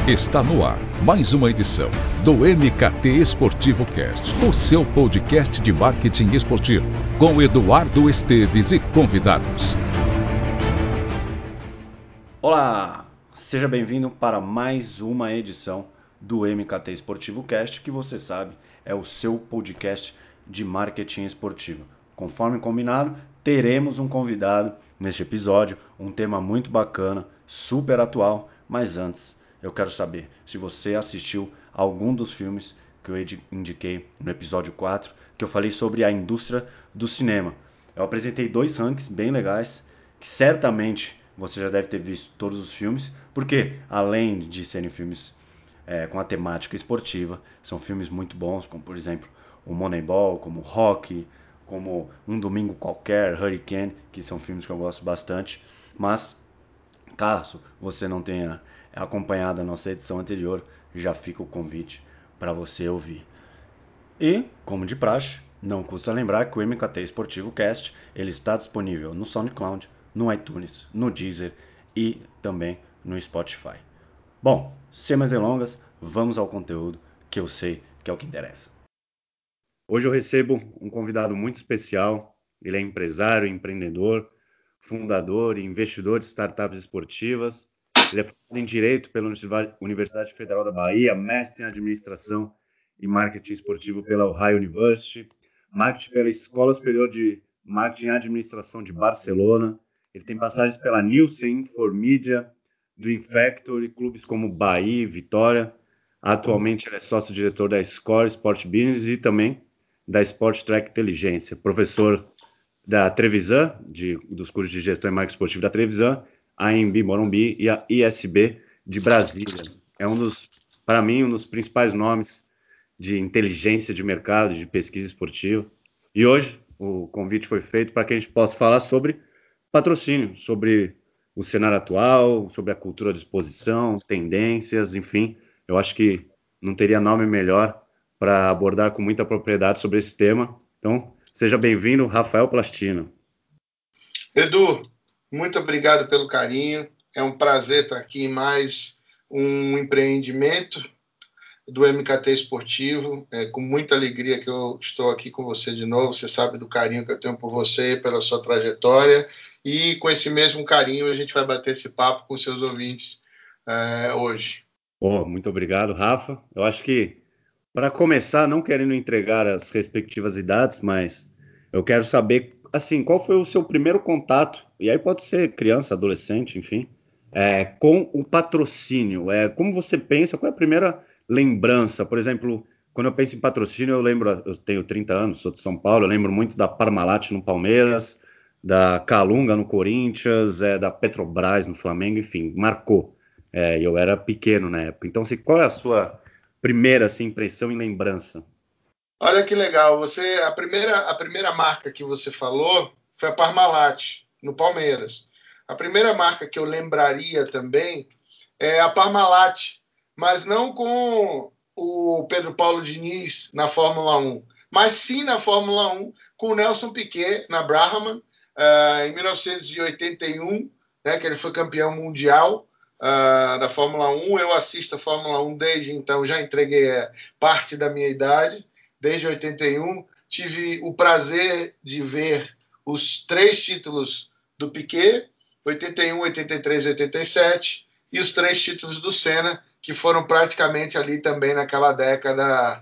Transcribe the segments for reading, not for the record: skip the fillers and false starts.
Está no ar mais uma edição do MKT Esportivo Cast, o seu podcast de marketing esportivo, com Eduardo Esteves e convidados. Olá, seja bem-vindo para mais uma edição do MKT Esportivo Cast, que você sabe é o seu podcast de marketing esportivo. Conforme combinado, teremos um convidado neste episódio, um tema muito bacana, super atual, mas antes eu quero saber se você assistiu a algum dos filmes que eu indiquei no episódio 4, que eu falei sobre a indústria do cinema. Eu apresentei 2 rankings bem legais, que certamente você já deve ter visto todos os filmes, porque além de serem filmes com a temática esportiva, são filmes muito bons, como por exemplo o Moneyball, como Rocky, como Um Domingo Qualquer, Hurricane, que são filmes que eu gosto bastante. Mas caso você não tenha acompanhado a nossa edição anterior, já fica o convite para você ouvir. E, como de praxe, não custa lembrar que o MKT Esportivo Cast ele está disponível no SoundCloud, no iTunes, no Deezer e também no Spotify. Bom, sem mais delongas, vamos ao conteúdo que eu sei que é o que interessa. Hoje eu recebo um convidado muito especial. Ele é empresário, empreendedor, fundador e investidor de startups esportivas. Ele é formado em Direito pela Universidade Federal da Bahia, mestre em Administração e Marketing Esportivo pela Ohio University, marketing pela Escola Superior de Marketing e Administração de Barcelona. Ele tem passagens pela Nielsen, Informedia, Dream Factory, clubes como Bahia e Vitória. Atualmente ele é sócio-diretor da Score Sport Business e também da Sport Track Inteligência, professor da Trevisan, dos cursos de Gestão e Marketing Esportivo da Trevisan, a AMB Morumbi e a ISB de Brasília. É para mim, um dos principais nomes de inteligência de mercado, de pesquisa esportiva. E hoje o convite foi feito para que a gente possa falar sobre patrocínio, sobre o cenário atual, sobre a cultura de exposição, tendências, enfim. Eu acho que não teria nome melhor para abordar com muita propriedade sobre esse tema. Então, seja bem-vindo, Rafael Plastino. Edu, muito obrigado pelo carinho. É um prazer estar aqui em mais um empreendimento do MKT Esportivo. É com muita alegria que eu estou aqui com você de novo. Você sabe do carinho que eu tenho por você, pela sua trajetória. E com esse mesmo carinho a gente vai bater esse papo com seus ouvintes hoje. Muito obrigado, Rafa. Eu acho que, para começar, não querendo entregar as respectivas idades, mas eu quero saber, assim, qual foi o seu primeiro contato, e aí pode ser criança, adolescente, enfim, com o patrocínio. Como você pensa, qual é a primeira lembrança? Por exemplo, quando eu penso em patrocínio, eu tenho 30 anos, sou de São Paulo, eu lembro muito da Parmalat no Palmeiras, da Calunga no Corinthians, da Petrobras no Flamengo, enfim, marcou. Eu era pequeno na época. Então, qual é a sua primeira impressão e lembrança? Olha que legal. A primeira marca que você falou foi a Parmalat, no Palmeiras. A primeira marca que eu lembraria também é a Parmalat, mas não com o Pedro Paulo Diniz na Fórmula 1, mas sim na Fórmula 1 com o Nelson Piquet na Brabham, em 1981, né, que ele foi campeão mundial da Fórmula 1. Eu assisto a Fórmula 1 desde então, já entreguei parte da minha idade. Desde 81, tive o prazer de ver os 3 títulos do Piquet, 81, 83 e 87, e os 3 títulos do Senna, que foram praticamente ali também naquela década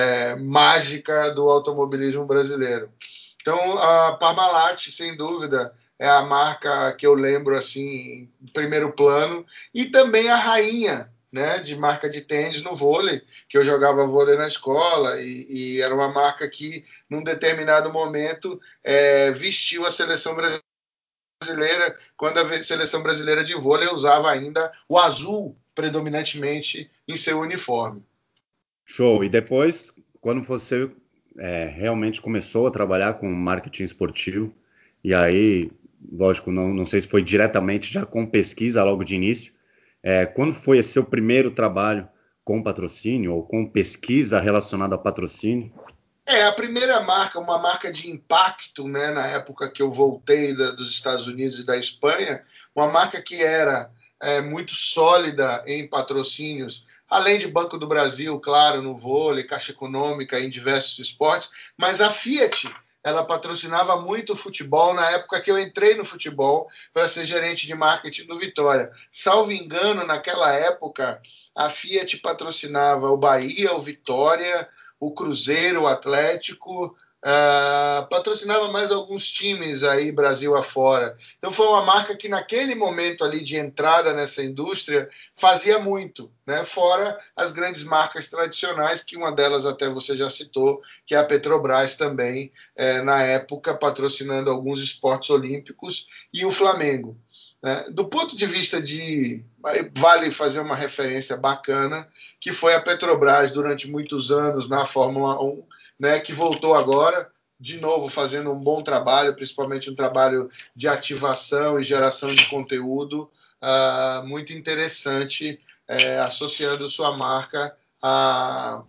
mágica do automobilismo brasileiro. Então, a Parmalat, sem dúvida, é a marca que eu lembro assim em primeiro plano, e também a rainha, né, de marca de tênis no vôlei, que eu jogava vôlei na escola, e era uma marca que, num determinado momento, vestiu a seleção brasileira, quando a seleção brasileira de vôlei usava ainda o azul predominantemente em seu uniforme. Show! E depois, quando você realmente começou a trabalhar com marketing esportivo, e aí, lógico, não sei se foi diretamente já com pesquisa logo de início, quando foi esse seu primeiro trabalho com patrocínio ou com pesquisa relacionada a patrocínio? A primeira marca, uma marca de impacto, né, na época que eu voltei dos Estados Unidos e da Espanha, uma marca que era muito sólida em patrocínios, além de Banco do Brasil, claro, no vôlei, Caixa Econômica, em diversos esportes, mas a Fiat, ela patrocinava muito o futebol na época que eu entrei no futebol para ser gerente de marketing do Vitória. Salvo engano, naquela época, a Fiat patrocinava o Bahia, o Vitória, o Cruzeiro, o Atlético, patrocinava mais alguns times aí Brasil afora. Então foi uma marca que naquele momento ali de entrada nessa indústria fazia muito, né? Fora as grandes marcas tradicionais, que uma delas até você já citou, que é a Petrobras também, na época patrocinando alguns esportes olímpicos, e o Flamengo. Do ponto de vista vale fazer uma referência bacana, que foi a Petrobras durante muitos anos na Fórmula 1, né, que voltou agora, de novo fazendo um bom trabalho, principalmente um trabalho de ativação e geração de conteúdo muito interessante, associando sua marca a...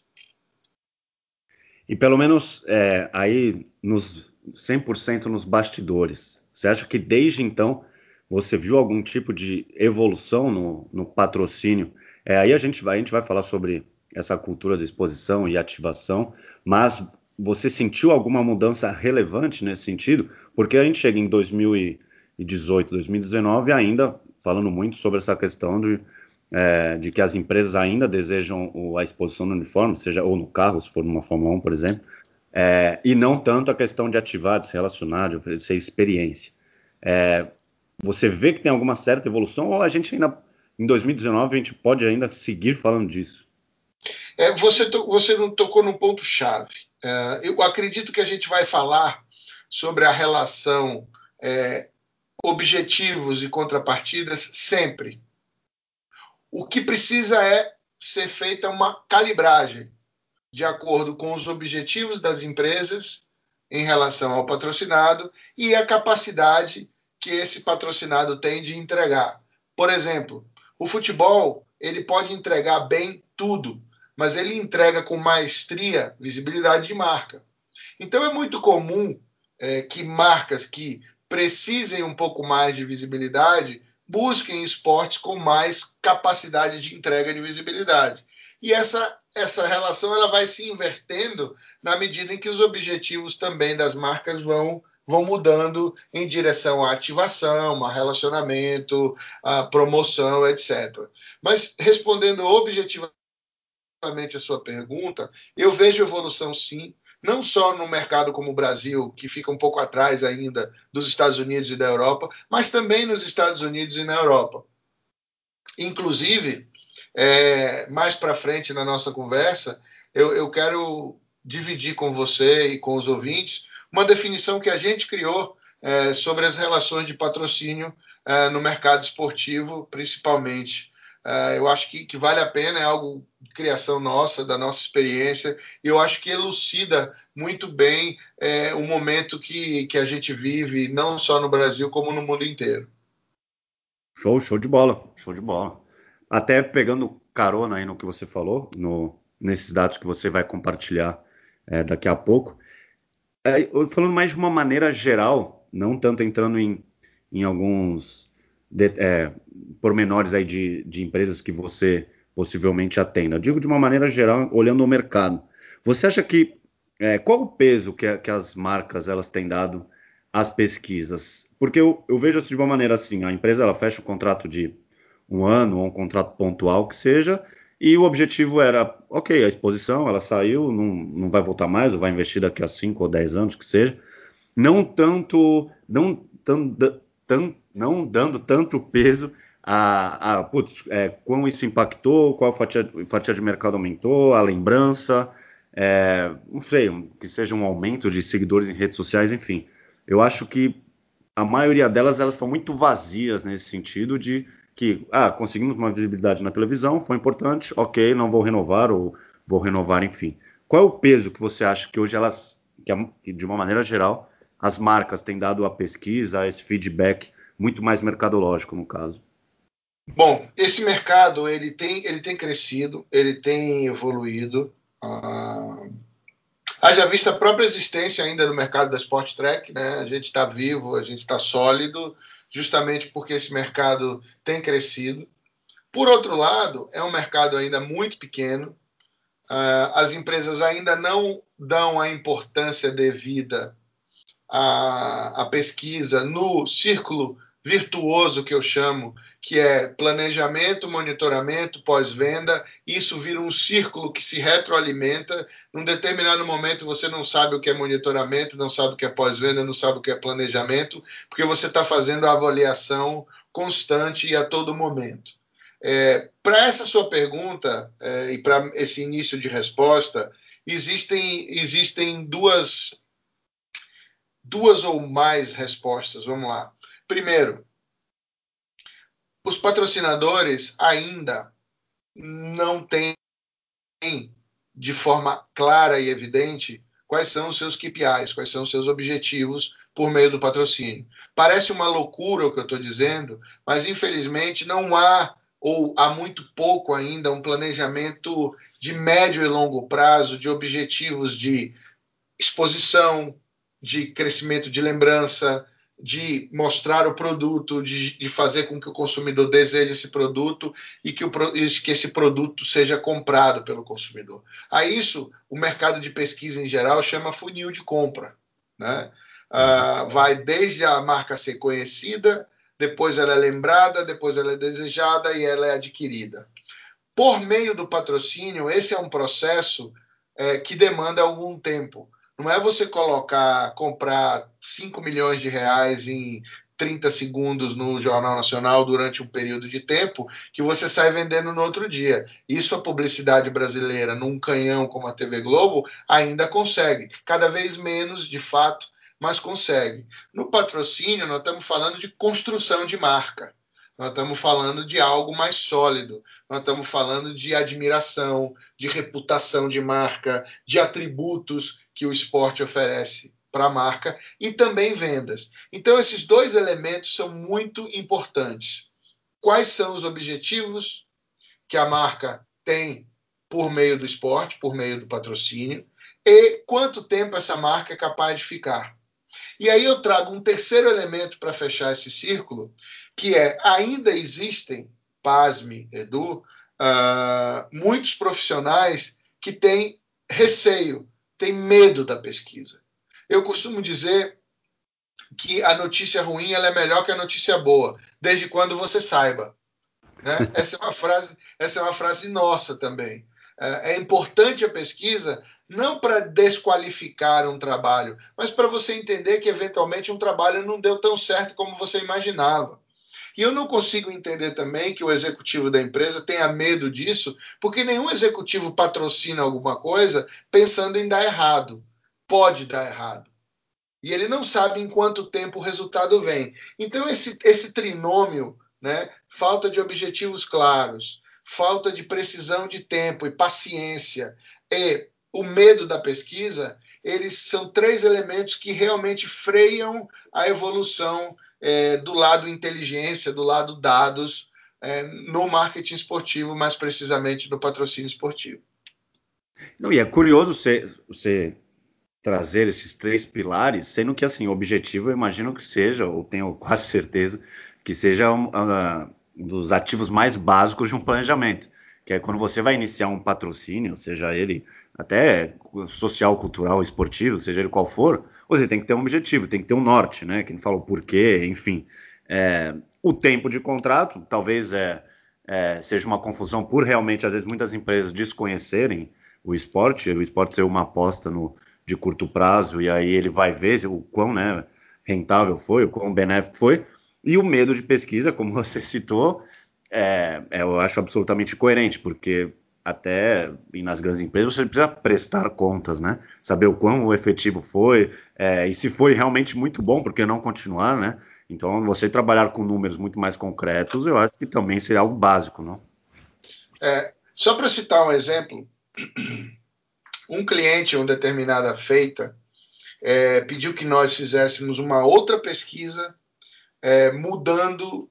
E pelo menos aí nos 100% nos bastidores, você acha que desde então você viu algum tipo de evolução no patrocínio? Aí a gente vai falar sobre essa cultura de exposição e ativação, mas você sentiu alguma mudança relevante nesse sentido? Porque a gente chega em 2018, 2019 ainda falando muito sobre essa questão de que as empresas ainda desejam a exposição no uniforme, seja ou no carro, se for numa Fórmula 1, por exemplo, e não tanto a questão de ativar, de se relacionar, de oferecer experiência. Você vê que tem alguma certa evolução ou a gente ainda, em 2019, a gente pode ainda seguir falando disso? Você não tocou num ponto-chave. Eu acredito que a gente vai falar sobre a relação objetivos e contrapartidas sempre. O que precisa é ser feita uma calibragem de acordo com os objetivos das empresas em relação ao patrocinado e a capacidade que esse patrocinado tem de entregar. Por exemplo, o futebol ele pode entregar bem tudo, mas ele entrega com maestria visibilidade de marca. Então é muito comum que marcas que precisem um pouco mais de visibilidade busquem esportes com mais capacidade de entrega de visibilidade. E essa relação ela vai se invertendo na medida em que os objetivos também das marcas vão mudando em direção à ativação, a relacionamento, a promoção, etc. Mas respondendo objetivamente a sua pergunta, eu vejo evolução sim, não só no mercado como o Brasil, que fica um pouco atrás ainda dos Estados Unidos e da Europa, mas também nos Estados Unidos e na Europa. Inclusive, mais para frente na nossa conversa, eu quero dividir com você e com os ouvintes uma definição que a gente criou sobre as relações de patrocínio no mercado esportivo, principalmente. Eu acho que vale a pena, é algo de criação nossa, da nossa experiência, e eu acho que elucida muito bem o momento que a gente vive, não só no Brasil, como no mundo inteiro. Show de bola, show de bola. Até pegando carona aí no que você falou, nesses dados que você vai compartilhar daqui a pouco, falando mais de uma maneira geral, não tanto entrando em alguns pormenores aí de empresas que você possivelmente atenda. Eu digo de uma maneira geral, olhando o mercado. Você acha que qual o peso que as marcas elas têm dado às pesquisas? Porque eu vejo isso de uma maneira assim, a empresa ela fecha um contrato de um ano ou um contrato pontual que seja, e o objetivo era, ok, a exposição ela saiu, não vai voltar mais, ou vai investir daqui a 5 ou 10 anos que seja, não dando tanto peso como isso impactou, qual fatia de mercado aumentou, a lembrança, não sei, que seja um aumento de seguidores em redes sociais, enfim. Eu acho que a maioria delas elas são muito vazias nesse sentido de que conseguimos uma visibilidade na televisão, foi importante, ok, não vou renovar ou vou renovar, enfim. Qual é o peso que você acha que hoje que de uma maneira geral, as marcas têm dado à pesquisa, esse feedback muito mais mercadológico, no caso? Bom, esse mercado ele tem crescido, ele tem evoluído. Haja vista a própria existência ainda no mercado da Sport Track, né? A gente está vivo, a gente está sólido, justamente porque esse mercado tem crescido. Por outro lado, é um mercado ainda muito pequeno, as empresas ainda não dão a importância devida à pesquisa no círculo virtuoso que eu chamo, que é planejamento, monitoramento, pós-venda. Isso vira um círculo que se retroalimenta. Num determinado momento você não sabe o que é monitoramento, não sabe o que é pós-venda, não sabe o que é planejamento, porque você está fazendo a avaliação constante e a todo momento. Para essa sua pergunta e para esse início de resposta, existem duas ou mais respostas. Vamos lá. Primeiro, os patrocinadores ainda não têm de forma clara e evidente quais são os seus KPIs, quais são os seus objetivos por meio do patrocínio. Parece uma loucura o que eu estou dizendo, mas infelizmente não há, ou há muito pouco ainda, um planejamento de médio e longo prazo de objetivos de exposição, de crescimento de lembrança, de mostrar o produto, de fazer com que o consumidor deseje esse produto e que esse produto seja comprado pelo consumidor. A isso, o mercado de pesquisa em geral chama funil de compra, né? Vai desde a marca ser conhecida, depois ela é lembrada, depois ela é desejada e ela é adquirida. Por meio do patrocínio, esse é um processo que demanda algum tempo. Não é você comprar 5 milhões de reais em 30 segundos no Jornal Nacional durante um período de tempo que você sai vendendo no outro dia. Isso a publicidade brasileira, num canhão como a TV Globo, ainda consegue. Cada vez menos, de fato, mas consegue. No patrocínio, nós estamos falando de construção de marca. Nós estamos falando de algo mais sólido. Nós estamos falando de admiração, de reputação de marca, de atributos que o esporte oferece para a marca e também vendas. Então, esses dois elementos são muito importantes. Quais são os objetivos que a marca tem por meio do esporte, por meio do patrocínio, e quanto tempo essa marca é capaz de ficar. E aí eu trago um terceiro elemento para fechar esse círculo, que ainda existem, pasme, Edu, muitos profissionais que têm receio, têm medo da pesquisa. Eu costumo dizer que a notícia ruim ela é melhor que a notícia boa, desde quando você saiba. Né? Essa é uma frase nossa também. É importante a pesquisa não para desqualificar um trabalho, mas para você entender que eventualmente um trabalho não deu tão certo como você imaginava. E eu não consigo entender também que o executivo da empresa tenha medo disso, porque nenhum executivo patrocina alguma coisa pensando em dar errado. Pode dar errado. E ele não sabe em quanto tempo o resultado vem. Então, esse trinômio, né, falta de objetivos claros, falta de precisão de tempo e paciência e o medo da pesquisa, eles são três elementos que realmente freiam a evolução do lado inteligência, do lado dados, no marketing esportivo, mais precisamente no patrocínio esportivo. Não, e é curioso você trazer esses três pilares, sendo que assim, o objetivo eu imagino que seja, ou tenho quase certeza, que seja um dos ativos mais básicos de um planejamento, que é quando você vai iniciar um patrocínio, seja ele até social, cultural, esportivo, seja ele qual for, você tem que ter um objetivo, tem que ter um norte, né? Quem fala o porquê, enfim. O tempo de contrato, talvez seja uma confusão por realmente, às vezes, muitas empresas desconhecerem o esporte ser uma aposta de curto prazo, e aí ele vai ver o quão, né, rentável foi, o quão benéfico foi, e o medo de pesquisa, como você citou, eu acho absolutamente coerente, porque até nas grandes empresas você precisa prestar contas, né? Saber o quão efetivo foi, e se foi realmente muito bom, por que não continuar, né? Então, você trabalhar com números muito mais concretos, eu acho que também seria algo básico, não? Só para citar um exemplo, um cliente em uma determinada feita pediu que nós fizéssemos uma outra pesquisa mudando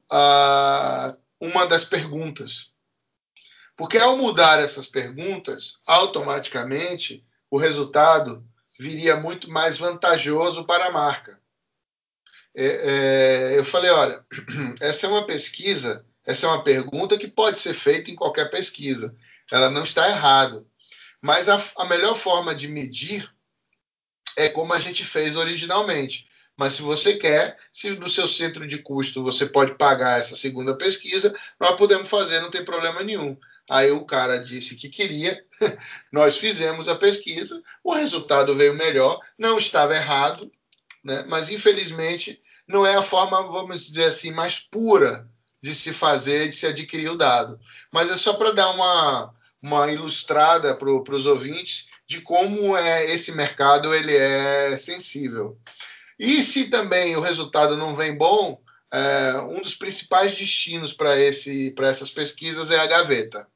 uma das perguntas. Porque ao mudar essas perguntas, automaticamente o resultado viria muito mais vantajoso para a marca. Eu falei, olha, essa é uma pesquisa, essa é uma pergunta que pode ser feita em qualquer pesquisa. Ela não está errada. Mas a melhor forma de medir é como a gente fez originalmente. Mas se você quer, se no seu centro de custo você pode pagar essa segunda pesquisa, nós podemos fazer, não tem problema nenhum. Aí o cara disse que queria, nós fizemos a pesquisa, o resultado veio melhor, não estava errado, né? Mas infelizmente não é a forma, vamos dizer assim, mais pura de se fazer, de se adquirir o dado. Mas é só para dar uma ilustrada para os ouvintes de como esse mercado ele é sensível. E se também o resultado não vem bom, um dos principais destinos para essas pesquisas é a gaveta.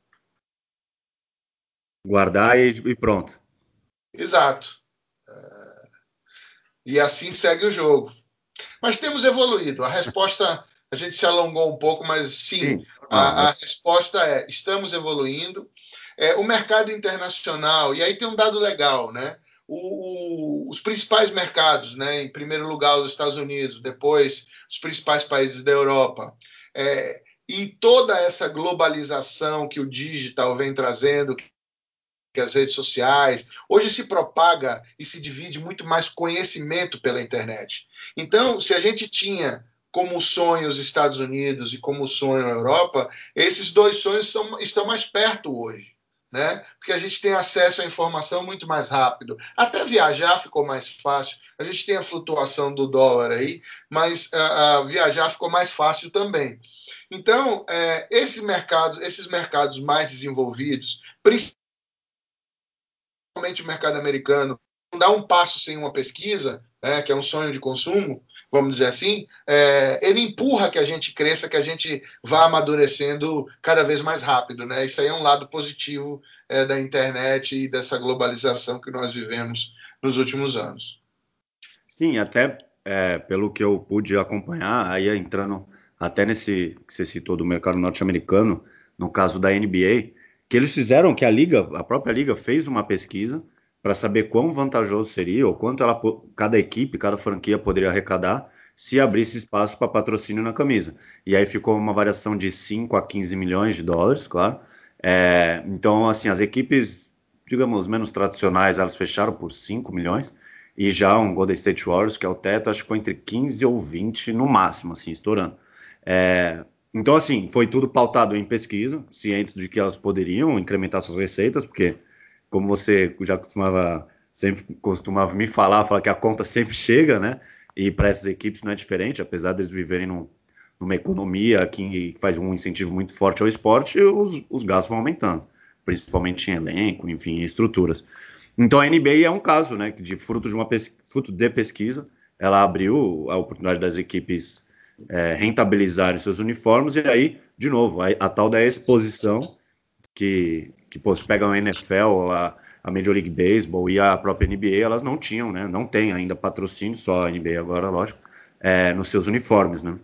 Guardar e pronto. Exato. E assim segue o jogo. Mas temos evoluído. A resposta, a gente se alongou um pouco, mas sim, Sim, normal. a resposta é: estamos evoluindo. O mercado internacional, e aí tem um dado legal, né? Os principais mercados, né? Em primeiro lugar, os Estados Unidos, depois os principais países da Europa. E toda essa globalização que o digital vem trazendo, que as redes sociais. Hoje se propaga e se divide muito mais conhecimento pela internet. Então, se a gente tinha como sonho os Estados Unidos e como sonho a Europa, esses dois sonhos estão mais perto hoje. Né? Porque a gente tem acesso à informação muito mais rápido. Até viajar ficou mais fácil. A gente tem a flutuação do dólar aí, mas viajar ficou mais fácil também. Então, esses mercados mais desenvolvidos, o mercado americano não dá um passo sem uma pesquisa, né, que é um sonho de consumo, vamos dizer assim, ele empurra que a gente cresça, que a gente vá amadurecendo cada vez mais rápido. Né? Isso aí é um lado positivo da internet e dessa globalização que nós vivemos nos últimos anos. Sim, até pelo que eu pude acompanhar, aí entrando até nesse que você citou do mercado norte-americano, no caso da NBA, que eles fizeram, que a própria liga fez uma pesquisa para saber quão vantajoso seria, ou quanto cada equipe, cada franquia poderia arrecadar se abrisse espaço para patrocínio na camisa. E aí ficou uma variação de 5 a 15 milhões de dólares, claro. Então, assim, as equipes, digamos, menos tradicionais, elas fecharam por 5 milhões, e já um Golden State Warriors, que é o teto, acho que foi entre 15 ou 20 no máximo, assim, estourando. Então, assim, foi tudo pautado em pesquisa, cientes de que elas poderiam incrementar suas receitas, porque, como você já sempre costumava me falar que a conta sempre chega, né? E para essas equipes não é diferente, apesar deles viverem numa economia que faz um incentivo muito forte ao esporte, os gastos vão aumentando, principalmente em elenco, enfim, em estruturas. Então a NBA é um caso, né, de fruto de pesquisa, ela abriu a oportunidade das equipes rentabilizarem seus uniformes, e aí, de novo, a tal da exposição que pô, se pega a NFL, a Major League Baseball e a própria NBA, elas não tinham, né, não tem ainda patrocínio, só a NBA agora, lógico, nos seus uniformes, né.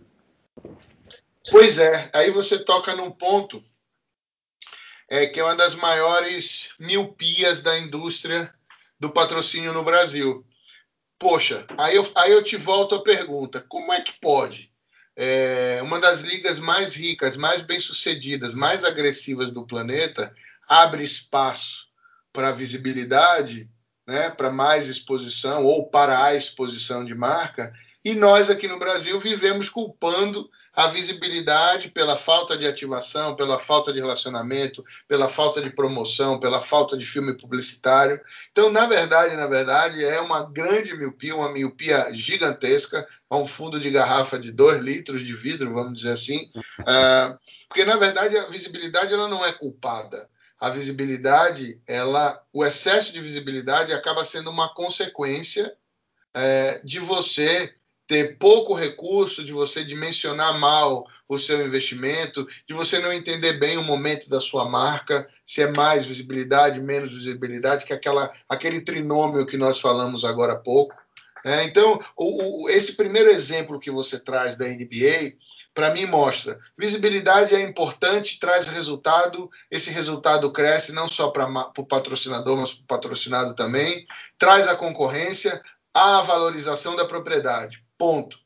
Pois é, aí você toca num ponto que é uma das maiores miopias da indústria do patrocínio no Brasil. Poxa, aí eu te volto à pergunta: como é que pode uma das ligas mais ricas, mais bem-sucedidas, mais agressivas do planeta abre espaço para visibilidade, né, para mais exposição ou para a exposição de marca, e nós aqui no Brasil vivemos culpando a visibilidade pela falta de ativação, pela falta de relacionamento, pela falta de promoção, pela falta de filme publicitário. Então, na verdade, é uma grande miopia, uma miopia gigantesca, um fundo de garrafa de 2 litros de vidro, vamos dizer assim, porque, na verdade, a visibilidade ela não é culpada. A visibilidade, o excesso de visibilidade acaba sendo uma consequência de você ter pouco recurso, de você dimensionar mal o seu investimento, de você não entender bem o momento da sua marca, se é mais visibilidade, menos visibilidade, que é aquele trinômio que nós falamos agora há pouco. Então, esse primeiro exemplo que você traz da NBA, para mim mostra, visibilidade é importante, traz resultado, esse resultado cresce não só para o patrocinador, mas para o patrocinado também, traz a concorrência, a valorização da propriedade. Ponto.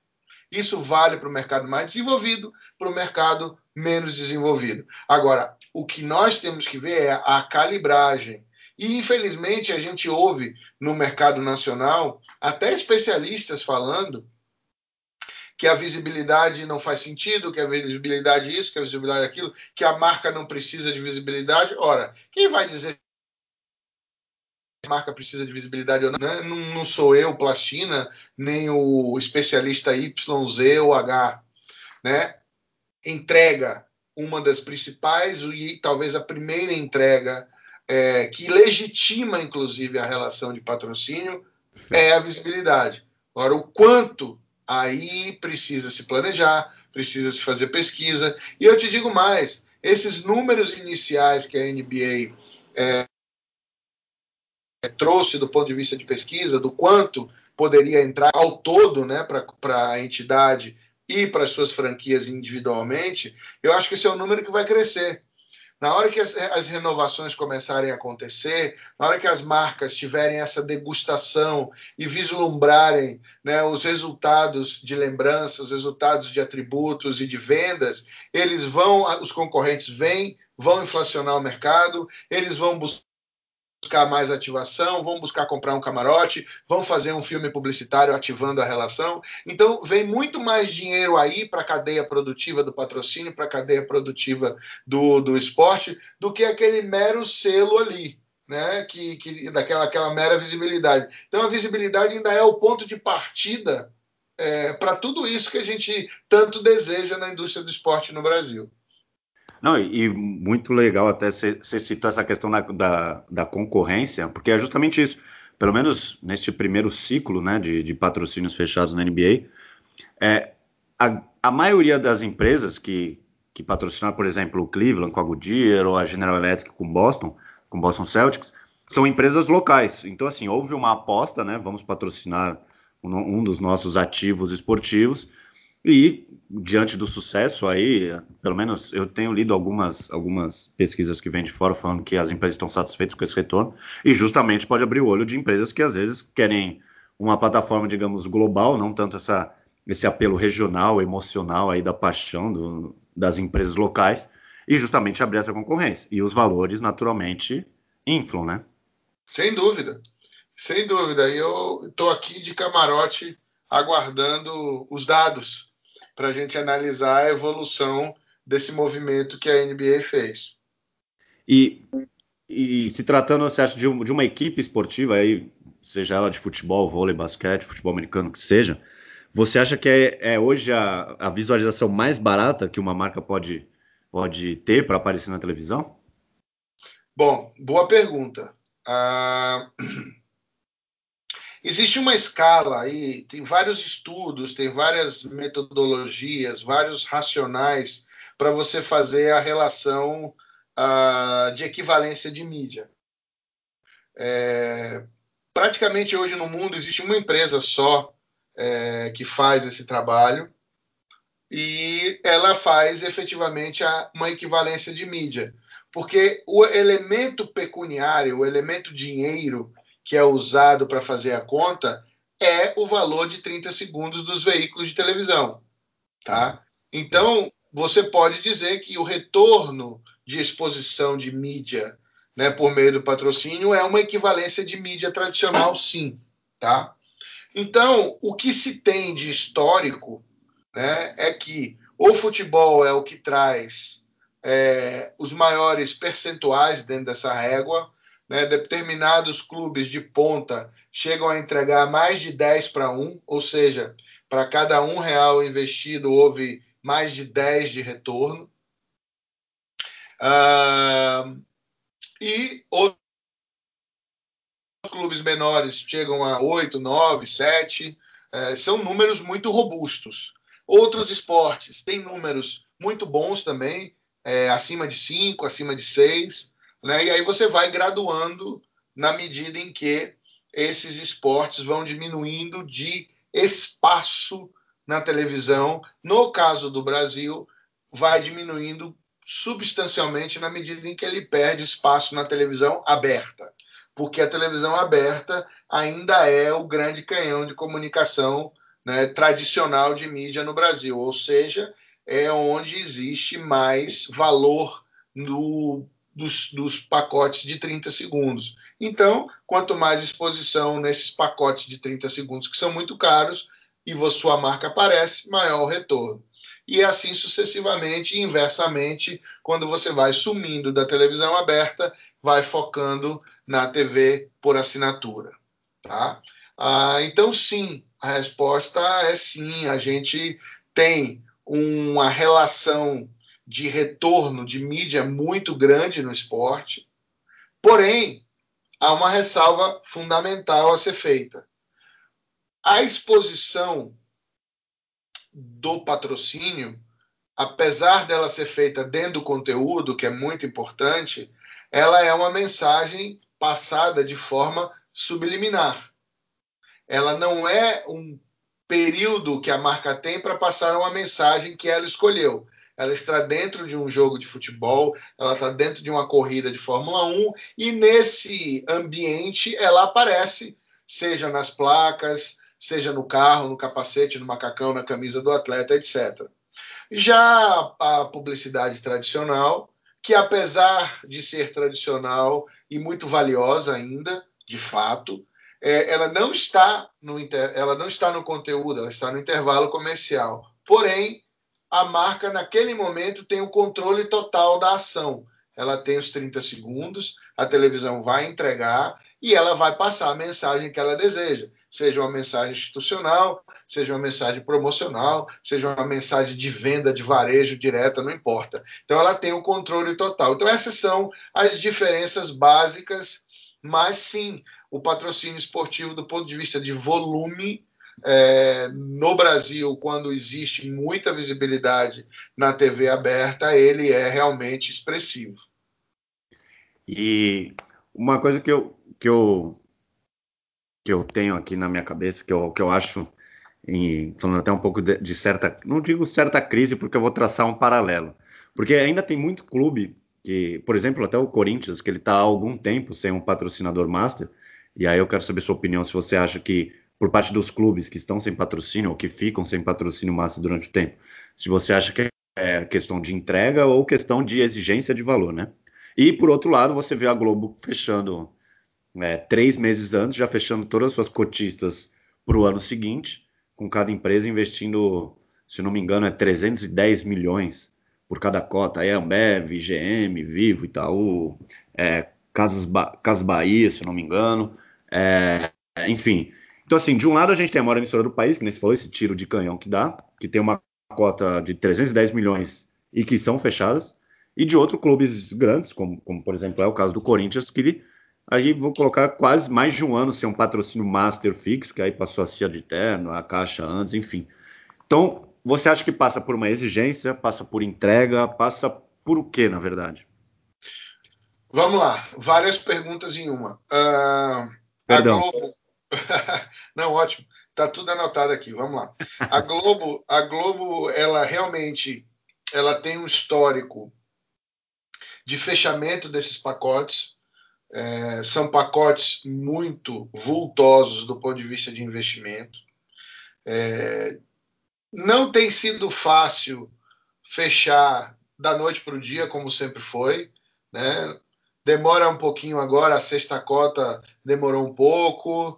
Isso vale para o mercado mais desenvolvido, para o mercado menos desenvolvido. Agora, o que nós temos que ver é a calibragem. E, infelizmente, a gente ouve no mercado nacional até especialistas falando que a visibilidade não faz sentido, que a visibilidade isso, que a visibilidade aquilo, que a marca não precisa de visibilidade. Ora, quem vai dizer que a marca precisa de visibilidade ou não? Né? Não sou eu, Plastina, nem o especialista YZ ou H. Né? Entrega uma das principais e talvez a primeira entrega que legitima, inclusive, a relação de patrocínio é a visibilidade. Agora, o quanto aí precisa se planejar, precisa se fazer pesquisa. E eu te digo mais, esses números iniciais que a NBA trouxe do ponto de vista de pesquisa, do quanto poderia entrar ao todo, né, para a entidade e para as suas franquias individualmente, eu acho que esse é um número que vai crescer. Na hora que as renovações começarem a acontecer, na hora que as marcas tiverem essa degustação e vislumbrarem, né, os resultados de lembrança, os resultados de atributos e de vendas, os concorrentes vão inflacionar o mercado, eles vão buscar mais ativação, vão buscar comprar um camarote, vão fazer um filme publicitário ativando a relação. Então, vem muito mais dinheiro aí para a cadeia produtiva do patrocínio, para a cadeia produtiva do esporte, do que aquele mero selo ali, né? Daquela mera visibilidade. Então, a visibilidade ainda é o ponto de partida para tudo isso que a gente tanto deseja na indústria do esporte no Brasil. Não, e muito legal até você citou essa questão da concorrência, porque é justamente isso. Pelo menos neste primeiro ciclo, né, de patrocínios fechados na NBA, a maioria das empresas que patrocinaram, por exemplo, o Cleveland com a Goodyear ou a General Electric com Boston Celtics, são empresas locais. Então, assim, houve uma aposta, né, vamos patrocinar um dos nossos ativos esportivos. E, diante do sucesso aí, pelo menos eu tenho lido algumas pesquisas que vêm de fora falando que as empresas estão satisfeitas com esse retorno, e justamente pode abrir o olho de empresas que às vezes querem uma plataforma, digamos, global, não tanto esse apelo regional, emocional aí da paixão das empresas locais, e justamente abrir essa concorrência. E os valores, naturalmente, inflam, né? Sem dúvida. Sem dúvida. E eu estou aqui de camarote aguardando os dados para a gente analisar a evolução desse movimento que a NBA fez. E se tratando, você acha, de uma equipe esportiva, aí, seja ela de futebol, vôlei, basquete, futebol americano, que seja, você acha que é hoje a visualização mais barata que uma marca pode ter para aparecer na televisão? Bom, boa pergunta. Existe uma escala aí, tem vários estudos, tem várias metodologias, vários racionais para você fazer a relação de equivalência de mídia. Praticamente hoje no mundo existe uma empresa só que faz esse trabalho e ela faz efetivamente uma equivalência de mídia. Porque o elemento pecuniário, o elemento dinheiro que é usado para fazer a conta é o valor de 30 segundos dos veículos de televisão. Tá? Então, você pode dizer que o retorno de exposição de mídia, né, por meio do patrocínio é uma equivalência de mídia tradicional, sim. Tá? Então, o que se tem de histórico, né, é que o futebol é o que traz os maiores percentuais dentro dessa régua, né, determinados clubes de ponta chegam a entregar mais de 10-1, ou seja, para cada R$1 investido houve mais de 10 de retorno. E outros clubes menores chegam a 8, 9, 7. São números muito robustos. Outros esportes têm números muito bons também, acima de 5, acima de 6. Né? E aí você vai graduando na medida em que esses esportes vão diminuindo de espaço na televisão. No caso do Brasil, vai diminuindo substancialmente na medida em que ele perde espaço na televisão aberta. Porque a televisão aberta ainda é o grande canhão de comunicação, né, tradicional de mídia no Brasil, ou seja, é onde existe mais valor dos pacotes de 30 segundos. Então, quanto mais exposição nesses pacotes de 30 segundos, que são muito caros, e sua marca aparece, maior o retorno. E assim sucessivamente, inversamente, quando você vai sumindo da televisão aberta, vai focando na TV por assinatura. Tá? Então, sim, a resposta é sim. A gente tem uma relação de retorno de mídia muito grande no esporte, porém, há uma ressalva fundamental a ser feita. A exposição do patrocínio, apesar dela ser feita dentro do conteúdo, que é muito importante, ela é uma mensagem passada de forma subliminar. Ela não é um período que a marca tem para passar uma mensagem que ela escolheu. Ela está dentro de um jogo de futebol, ela está dentro de uma corrida de Fórmula 1 e nesse ambiente ela aparece, seja nas placas, seja no carro, no capacete, no macacão, na camisa do atleta, etc. Já a publicidade tradicional, que apesar de ser tradicional e muito valiosa ainda, de fato, ela não está no conteúdo, ela está no intervalo comercial. Porém, a marca, naquele momento, tem o controle total da ação. Ela tem os 30 segundos, a televisão vai entregar e ela vai passar a mensagem que ela deseja. Seja uma mensagem institucional, seja uma mensagem promocional, seja uma mensagem de venda, de varejo direta, não importa. Então, ela tem o controle total. Então, essas são as diferenças básicas, mas sim, o patrocínio esportivo, do ponto de vista de volume, no Brasil, quando existe muita visibilidade na TV aberta, ele é realmente expressivo. E uma coisa que eu tenho aqui na minha cabeça, que eu acho, falando até um pouco de certa, não digo certa crise, porque eu vou traçar um paralelo. Porque ainda tem muito clube que, por exemplo, até o Corinthians, que ele está há algum tempo sem um patrocinador master, e aí eu quero saber sua opinião, se você acha que, por parte dos clubes que estão sem patrocínio, ou que ficam sem patrocínio master durante o tempo, se você acha que é questão de entrega ou questão de exigência de valor, né? E, por outro lado, você vê a Globo fechando 3 meses antes, já fechando todas as suas cotistas para o ano seguinte, com cada empresa investindo, se não me engano, 310 milhões por cada cota. Aí é Ambev, GM, Vivo, Itaú, Casas Bahia, se não me engano. Enfim. Então, assim, de um lado a gente tem a maior emissora do país, que nem você falou, esse tiro de canhão que dá, que tem uma cota de 310 milhões e que são fechadas. E de outro, clubes grandes, como por exemplo é o caso do Corinthians, que aí vou colocar quase mais de um ano sem um patrocínio master fixo, que aí passou a ser de terno, a Caixa antes, enfim. Então, você acha que passa por uma exigência, passa por entrega, passa por o quê, na verdade? Vamos lá, várias perguntas em uma. A Perdão. Globo. Não, ótimo. Tá tudo anotado aqui. Vamos lá. A Globo, ela realmente, ela tem um histórico de fechamento desses pacotes. São pacotes muito vultosos do ponto de vista de investimento. Não tem sido fácil fechar da noite para o dia, como sempre foi, né? Demora um pouquinho agora, a sexta cota demorou um pouco.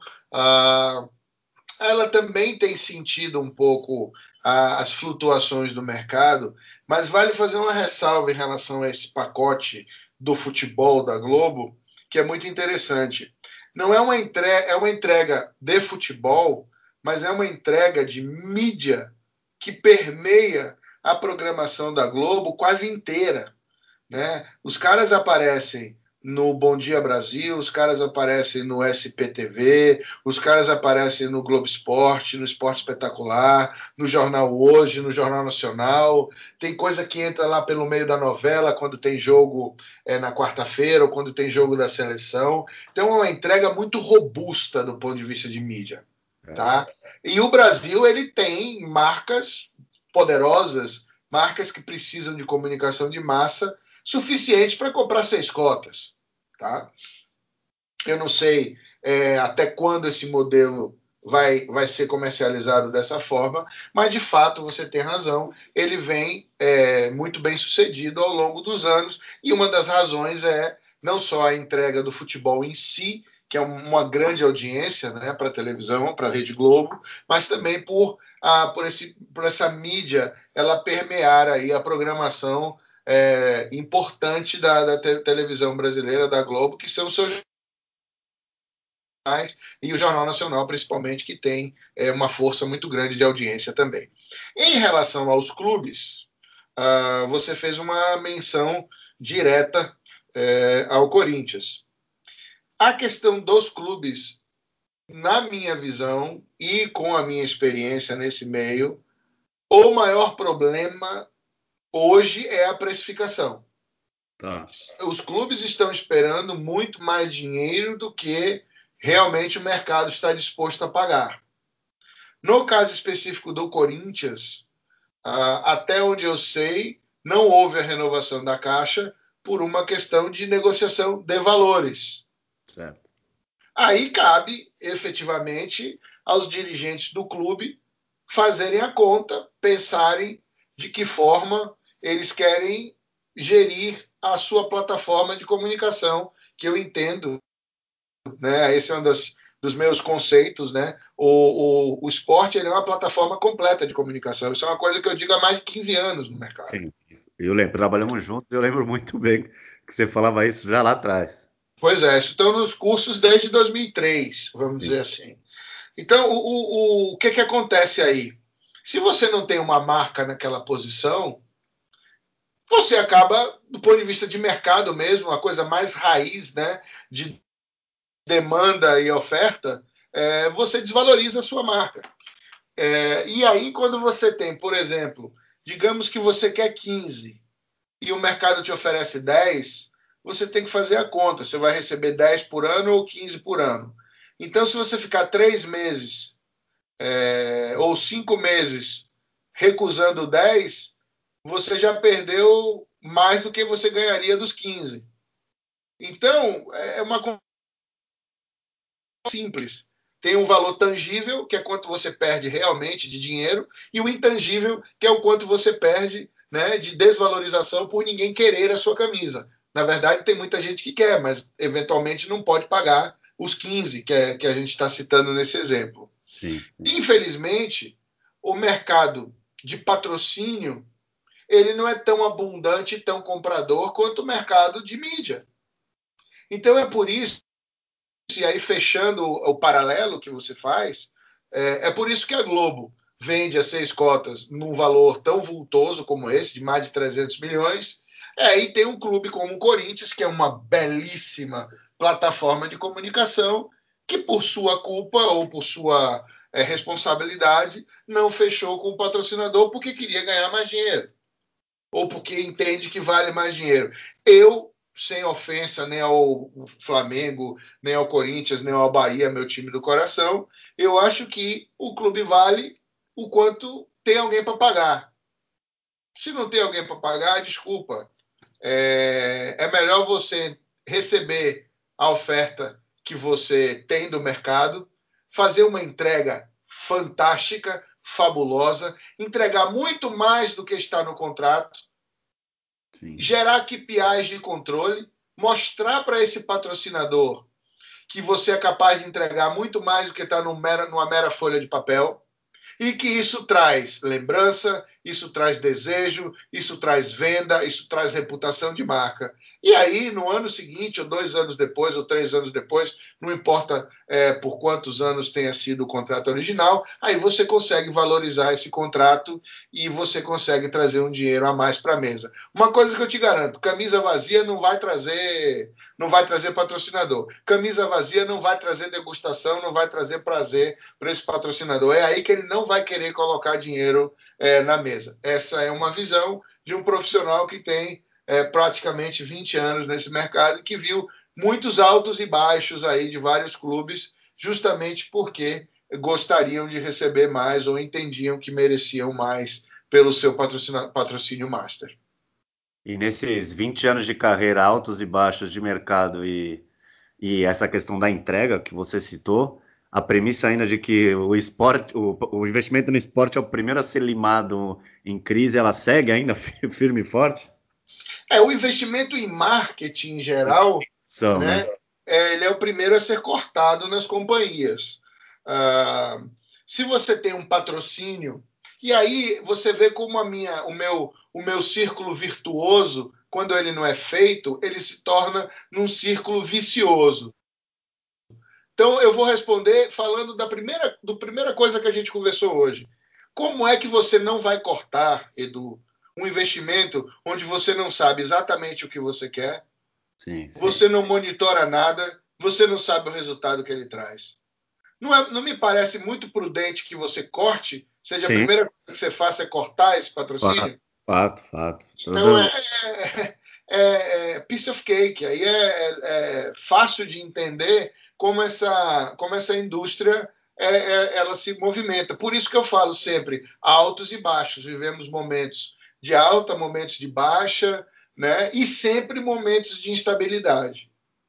Ela também tem sentido um pouco as flutuações do mercado, mas vale fazer uma ressalva em relação a esse pacote do futebol da Globo, que é muito interessante. Não é uma entrega de futebol, mas é uma entrega de mídia que permeia a programação da Globo quase inteira, né? Os caras aparecem no Bom Dia Brasil, os caras aparecem no SPTV, os caras aparecem no Globo Esporte, no Esporte Espetacular, no Jornal Hoje, no Jornal Nacional. Tem coisa que entra lá pelo meio da novela, quando tem jogo na quarta-feira ou quando tem jogo da seleção. Então é uma entrega muito robusta do ponto de vista de mídia. Tá? E o Brasil, ele tem marcas poderosas, marcas que precisam de comunicação de massa suficiente para comprar 6 cotas. Tá? Eu não sei até quando esse modelo vai ser comercializado dessa forma, mas de fato você tem razão, ele vem muito bem sucedido ao longo dos anos, e uma das razões é não só a entrega do futebol em si, que é uma grande audiência, né, para a televisão, para a Rede Globo, mas também por essa mídia ela permear aí a programação importante da televisão brasileira, da Globo, que são os seus e o Jornal Nacional, principalmente, que tem uma força muito grande de audiência também. Em relação aos clubes, você fez uma menção direta ao Corinthians. A questão dos clubes, na minha visão e com a minha experiência nesse meio, o maior problema hoje é a precificação. Tá. Os clubes estão esperando muito mais dinheiro do que realmente o mercado está disposto a pagar. No caso específico do Corinthians, até onde eu sei, não houve a renovação da Caixa por uma questão de negociação de valores. Certo. Aí cabe, efetivamente, aos dirigentes do clube fazerem a conta, pensarem de que forma eles querem gerir a sua plataforma de comunicação, que eu entendo, né? Esse é um dos meus conceitos, né? O esporte é uma plataforma completa de comunicação. Isso é uma coisa que eu digo há mais de 15 anos no mercado. Sim. Eu lembro, trabalhamos juntos, eu lembro muito bem que você falava isso já lá atrás. Pois é, estão nos cursos desde 2003, vamos dizer assim. Então, o que acontece aí? Se você não tem uma marca naquela posição, você acaba, do ponto de vista de mercado mesmo, a coisa mais raiz, né, de demanda e oferta, você desvaloriza a sua marca. E aí, quando você tem, por exemplo, digamos que você quer 15 e o mercado te oferece 10, você tem que fazer a conta. Você vai receber 10 por ano ou 15 por ano. Então, se você ficar 3 meses ou 5 meses recusando 10, você já perdeu mais do que você ganharia dos 15. Então, é uma conta simples. Tem um valor tangível, que é quanto você perde realmente de dinheiro, e o intangível, que é o quanto você perde, né, de desvalorização por ninguém querer a sua camisa. Na verdade, tem muita gente que quer, mas eventualmente não pode pagar os 15 que a gente está citando nesse exemplo. Sim. Infelizmente, o mercado de patrocínio ele não é tão abundante e tão comprador quanto o mercado de mídia. Então é por isso, e aí fechando o paralelo que você faz, é por isso que a Globo vende as 6 cotas num valor tão vultoso como esse, de mais de 300 milhões, e tem um clube como o Corinthians, que é uma belíssima plataforma de comunicação, que por sua culpa ou por sua responsabilidade não fechou com o patrocinador porque queria ganhar mais dinheiro ou porque entende que vale mais dinheiro. Eu, sem ofensa nem ao Flamengo, nem ao Corinthians, nem ao Bahia, meu time do coração, eu acho que o clube vale o quanto tem alguém para pagar. Se não tem alguém para pagar, desculpa. É melhor você receber a oferta que você tem do mercado, fazer uma entrega fantástica, fabulosa, entregar muito mais do que está no contrato, Sim. gerar KPIs de controle, mostrar para esse patrocinador que você é capaz de entregar muito mais do que está numa mera folha de papel e que isso traz lembrança, isso traz desejo, isso traz venda, isso traz reputação de marca. E aí, no ano seguinte, ou 2 anos depois, ou 3 anos depois, não importa por quantos anos tenha sido o contrato original, aí você consegue valorizar esse contrato e você consegue trazer um dinheiro a mais para a mesa. Uma coisa que eu te garanto, camisa vazia não vai trazer patrocinador. Camisa vazia não vai trazer degustação, não vai trazer prazer para esse patrocinador. É aí que ele não vai querer colocar dinheiro na mesa. Essa é uma visão de um profissional que tem praticamente 20 anos nesse mercado e que viu muitos altos e baixos aí de vários clubes, justamente porque gostariam de receber mais ou entendiam que mereciam mais pelo seu patrocínio master. E nesses 20 anos de carreira, altos e baixos de mercado e essa questão da entrega que você citou, a premissa ainda de que o esporte, o investimento no esporte é o primeiro a ser limado em crise, ela segue ainda firme e forte? O investimento em marketing em geral, São, né? né, ele é o primeiro a ser cortado nas companhias. Ah, se você tem um patrocínio, e aí você vê como o meu círculo virtuoso, quando ele não é feito, ele se torna num círculo vicioso. Então eu vou responder falando da primeira coisa que a gente conversou hoje. Como é que você não vai cortar, Edu, um investimento onde você não sabe exatamente o que você quer, Sim, sim. você não monitora nada, você não sabe o resultado que ele traz? Não me parece muito prudente que você corte, seja a Sim, primeira coisa que você faça é cortar esse patrocínio? fato. Então é piece of cake, aí é fácil de entender como essa indústria ela se movimenta. Por isso que eu falo sempre, altos e baixos. Vivemos momentos de alta, momentos de baixa, né? E sempre momentos de instabilidade.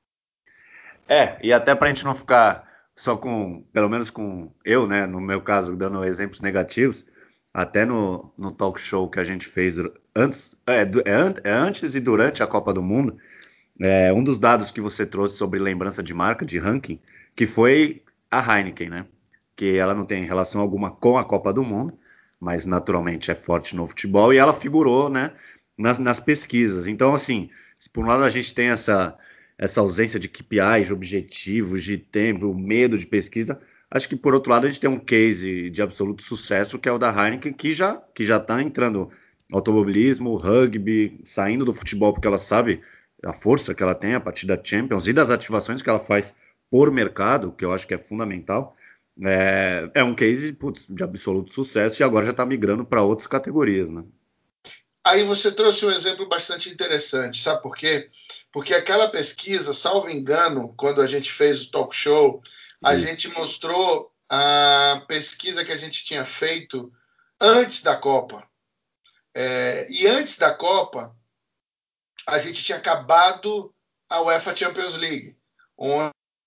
E até para a gente não ficar só com, pelo menos com eu, né, no meu caso, dando exemplos negativos, até no talk show que a gente fez antes, antes e durante a Copa do Mundo, um dos dados que você trouxe sobre lembrança de marca, de ranking, que foi a Heineken, né? Que ela não tem relação alguma com a Copa do Mundo, mas naturalmente é forte no futebol, e ela figurou, né, nas pesquisas. Então, assim, se por um lado a gente tem essa ausência de KPIs, de objetivos, de tempo, o medo de pesquisa, acho que por outro lado a gente tem um case de absoluto sucesso, que é o da Heineken, que já está entrando automobilismo, rugby, saindo do futebol, porque ela sabe a força que ela tem a partir da Champions e das ativações que ela faz por mercado, que eu acho que é fundamental. É um case de absoluto sucesso e agora já está migrando para outras categorias, né? Aí você trouxe um exemplo bastante interessante, sabe por quê? Porque aquela pesquisa, salvo engano, quando a gente fez o talk show, a Isso. gente mostrou a pesquisa que a gente tinha feito antes da Copa. E antes da Copa, a gente tinha acabado a UEFA Champions League, onde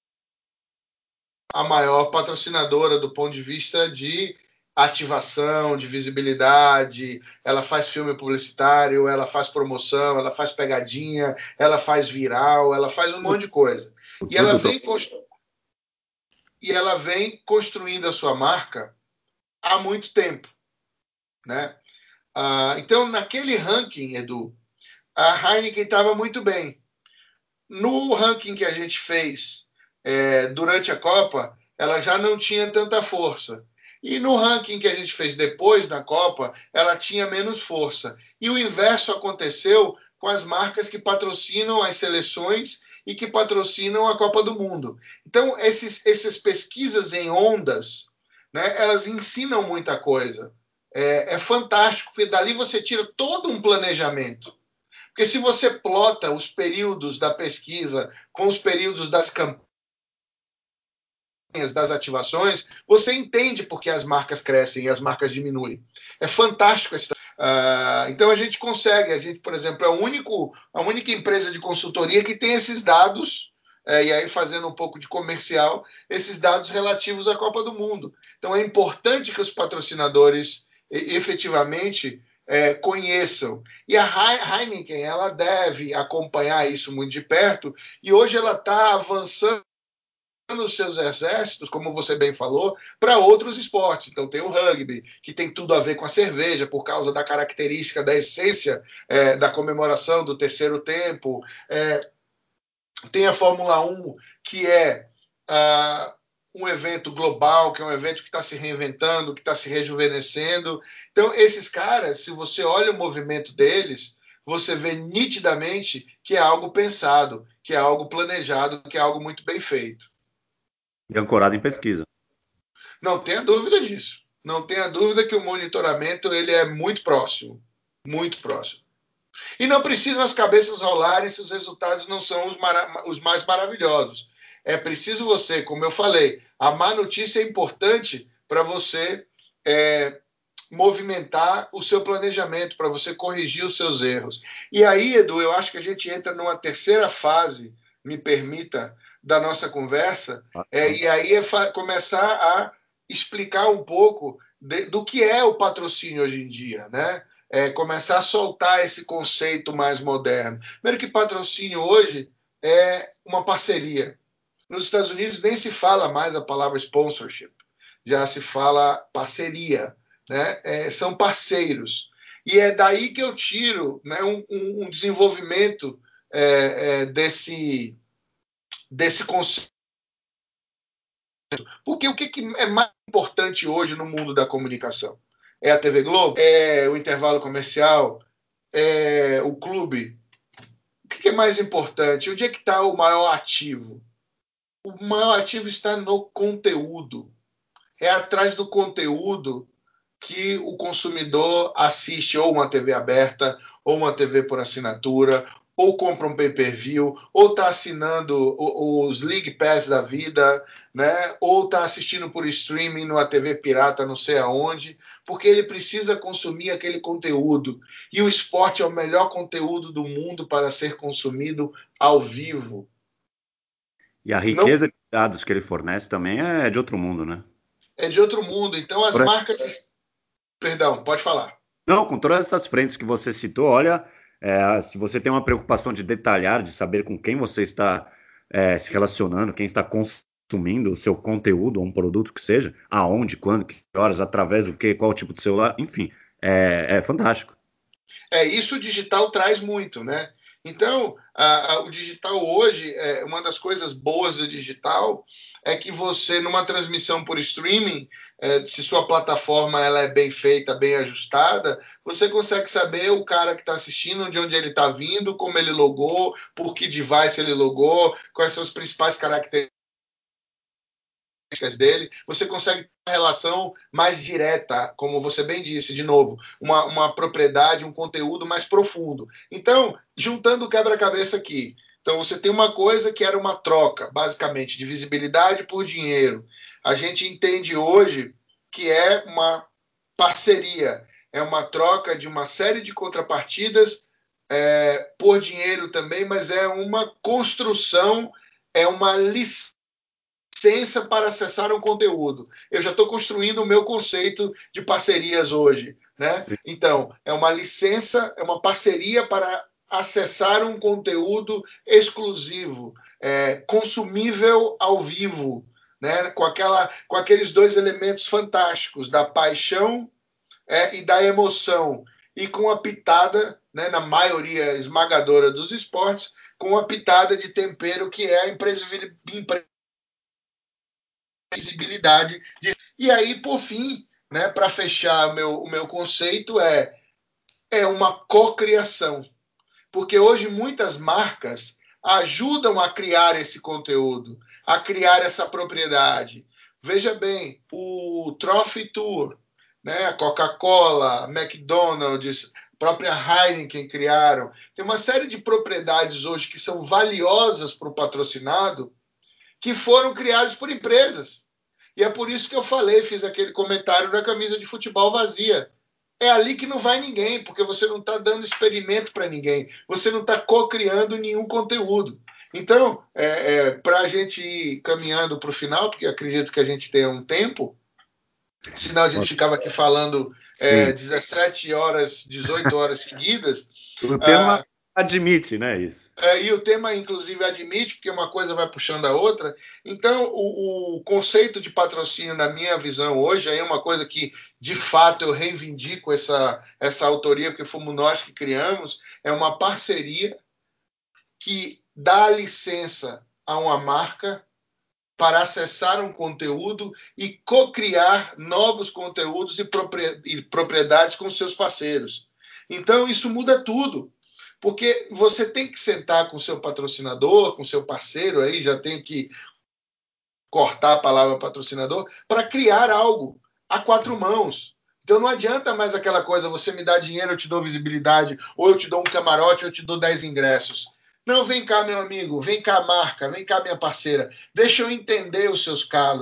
a maior patrocinadora do ponto de vista de ativação, de visibilidade, ela faz filme publicitário, ela faz promoção, ela faz pegadinha, ela faz viral, ela faz um monte de coisa. E ela Tudo, vem, e ela vem construindo a sua marca há muito tempo, né? Então, naquele ranking, Edu, a Heineken estava muito bem. No ranking que a gente fez durante a Copa, ela já não tinha tanta força. E no ranking que a gente fez depois da Copa, ela tinha menos força. E o inverso aconteceu com as marcas que patrocinam as seleções e que patrocinam a Copa do Mundo. Então, essas pesquisas em ondas, né, elas ensinam muita coisa. É fantástico, porque dali você tira todo um planejamento. Porque se você plota os períodos da pesquisa com os períodos das campanhas, das ativações, você entende por que as marcas crescem e as marcas diminuem. É fantástico esse. Então a gente consegue, por exemplo, é a única empresa de consultoria que tem esses dados, e aí fazendo um pouco de comercial, esses dados relativos à Copa do Mundo. Então é importante que os patrocinadores efetivamente conheçam. E a Heineken, ela deve acompanhar isso muito de perto, e hoje ela está avançando os seus exércitos, como você bem falou, para outros esportes. Então tem o rugby, que tem tudo a ver com a cerveja, por causa da característica, da essência da comemoração do terceiro tempo. Tem a Fórmula 1, que é um evento global, que é um evento que está se reinventando, que está se rejuvenescendo. Então, esses caras, se você olha o movimento deles, você vê nitidamente que é algo pensado, que é algo planejado, que é algo muito bem feito. E ancorado em pesquisa. Não tenha dúvida disso. Não tenha dúvida que o monitoramento ele é muito próximo. Muito próximo. E não precisam as cabeças rolarem se os resultados não são os mais maravilhosos. É preciso você, como eu falei, a má notícia é importante para você movimentar o seu planejamento, para você corrigir os seus erros. E aí, Edu, eu acho que a gente entra numa terceira fase, me permita, da nossa conversa, e aí começar a explicar um pouco do que é o patrocínio hoje em dia, né? Começar a soltar esse conceito mais moderno. Primeiro que patrocínio hoje é uma parceria. Nos Estados Unidos nem se fala mais a palavra sponsorship, já se fala parceria, né? São parceiros. E é daí que eu tiro, né, um desenvolvimento desse conceito. Porque o que é mais importante hoje no mundo da comunicação? É a TV Globo? É o intervalo comercial? É o clube? O que é mais importante? Onde é que está o maior ativo? O maior ativo está no conteúdo. É atrás do conteúdo que o consumidor assiste ou uma TV aberta, ou uma TV por assinatura, ou compra um pay-per-view, ou está assinando os League Pass da vida, né? Ou está assistindo por streaming numa TV pirata não sei aonde, porque ele precisa consumir aquele conteúdo. E o esporte é o melhor conteúdo do mundo para ser consumido ao vivo. E a riqueza de dados que ele fornece também é de outro mundo, né? É de outro mundo. Então as marcas... Perdão, pode falar. Não, com todas essas frentes que você citou, olha, se você tem uma preocupação de detalhar, de saber com quem você está se relacionando, quem está consumindo o seu conteúdo, ou um produto que seja, aonde, quando, que horas, através do que, qual tipo de celular, enfim, é fantástico. Isso o digital traz muito, né? Então, o digital hoje, uma das coisas boas do digital é que você, numa transmissão por streaming, se sua plataforma ela é bem feita, bem ajustada, você consegue saber o cara que está assistindo, de onde ele está vindo, como ele logou, por que device ele logou, quais são as principais características dele, você consegue ter uma relação mais direta, como você bem disse, de novo, uma propriedade, um conteúdo mais profundo. Então, juntando o quebra-cabeça aqui, então você tem uma coisa que era uma troca, basicamente, de visibilidade por dinheiro. A gente entende hoje que é uma parceria, é uma troca de uma série de contrapartidas por dinheiro também, mas é uma construção, é uma licença para acessar um conteúdo. Eu já estou construindo o meu conceito de parcerias hoje, né? Sim. Então, é uma licença, é uma parceria para acessar um conteúdo exclusivo, consumível ao vivo, né? Com aqueles dois elementos fantásticos da paixão e da emoção, e com a pitada, né, na maioria esmagadora dos esportes, com a pitada de tempero que é a visibilidade. E aí, por fim, né, para fechar o meu conceito, é uma cocriação. Porque hoje muitas marcas ajudam a criar esse conteúdo, a criar essa propriedade. Veja bem, o Trophy Tour, né, a Coca-Cola, a McDonald's, a própria Heineken criaram. Tem uma série de propriedades hoje que são valiosas para o patrocinado, que foram criadas por empresas. E é por isso que eu falei, fiz aquele comentário da camisa de futebol vazia. É ali que não vai ninguém, porque você não está dando experimento para ninguém. Você não está co-criando nenhum conteúdo. Então, para a gente ir caminhando para o final, porque acredito que a gente tenha um tempo, senão a gente ficava aqui falando 17 horas, 18 horas seguidas. O tema admite, né, isso. E o tema, inclusive, admite, porque uma coisa vai puxando a outra. Então, o conceito de patrocínio, na minha visão hoje, é uma coisa que, de fato, eu reivindico essa autoria, porque fomos nós que criamos, é uma parceria que dá licença a uma marca para acessar um conteúdo e co-criar novos conteúdos e propriedades com seus parceiros. Então, isso muda tudo. Porque você tem que sentar com o seu patrocinador, com o seu parceiro, aí já tem que cortar a palavra patrocinador, para criar algo a quatro mãos. Então não adianta mais aquela coisa, você me dá dinheiro, eu te dou visibilidade, ou eu te dou um camarote, ou eu te dou 10 ingressos. Não, vem cá, meu amigo, vem cá, marca, vem cá, minha parceira. Deixa eu entender os seus calos,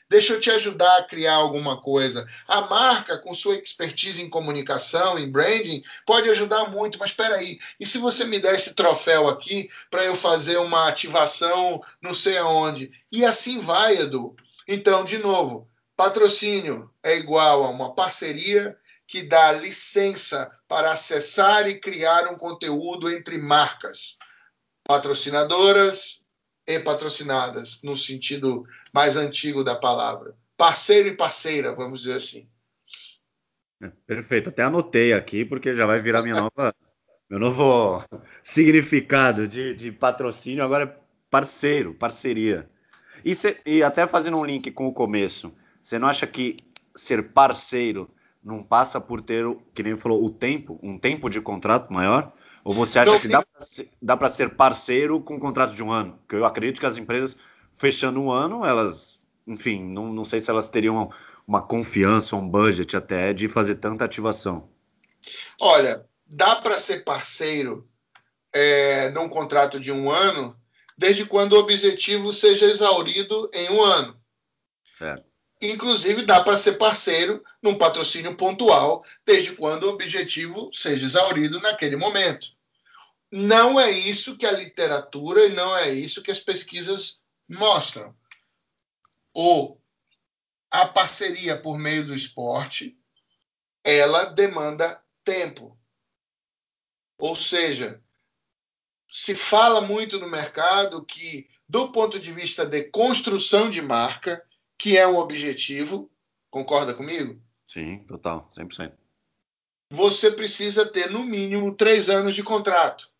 deixa eu te ajudar a criar alguma coisa. A marca, com sua expertise em comunicação, em branding, pode ajudar muito, mas espera aí, e se você me der esse troféu aqui para eu fazer uma ativação não sei aonde? E assim vai, Edu. Então, de novo, patrocínio é igual a uma parceria que dá licença para acessar e criar um conteúdo entre marcas patrocinadoras e patrocinadas, no sentido mais antigo da palavra. Parceiro e parceira, vamos dizer assim. Perfeito, até anotei aqui, porque já vai virar meu novo significado de patrocínio, agora é parceiro, parceria. E até fazendo um link com o começo, você não acha que ser parceiro não passa por ter, que nem falou, um tempo de contrato maior? Ou você acha Não, que dá para ser parceiro com um contrato de um ano? Porque eu acredito que as empresas, fechando um ano, elas, enfim, não sei se elas teriam uma confiança, um budget até de fazer tanta ativação. olha, dá para ser parceiro num contrato de um ano, desde quando o objetivo seja exaurido em um ano. Certo. Inclusive, dá para ser parceiro num patrocínio pontual, desde quando o objetivo seja exaurido naquele momento. Não é isso que a literatura e não é isso que as pesquisas mostram. Ou a parceria por meio do esporte, ela demanda tempo. Ou seja, se fala muito no mercado que, do ponto de vista de construção de marca, que é um objetivo, concorda comigo? Sim, total, 100%. Você precisa ter, no mínimo, 3 anos de contrato.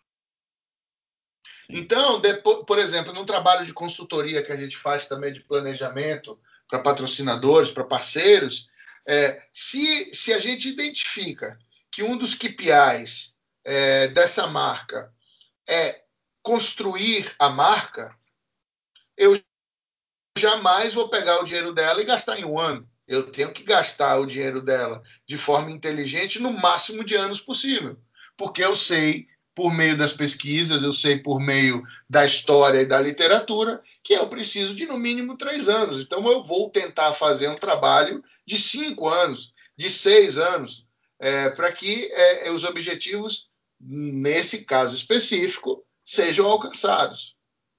Sim. Então, depois, por exemplo, num trabalho de consultoria que a gente faz também de planejamento para patrocinadores, para parceiros, se a gente identifica que um dos KPIs dessa marca é construir a marca, eu jamais vou pegar o dinheiro dela e gastar em um ano. Eu tenho que gastar o dinheiro dela de forma inteligente no máximo de anos possível. Porque eu sei, por meio das pesquisas, eu sei por meio da história e da literatura, que eu preciso de no mínimo 3 anos. Então eu vou tentar fazer um trabalho de 5 anos, de 6 anos, para que os objetivos, nesse caso específico, sejam alcançados.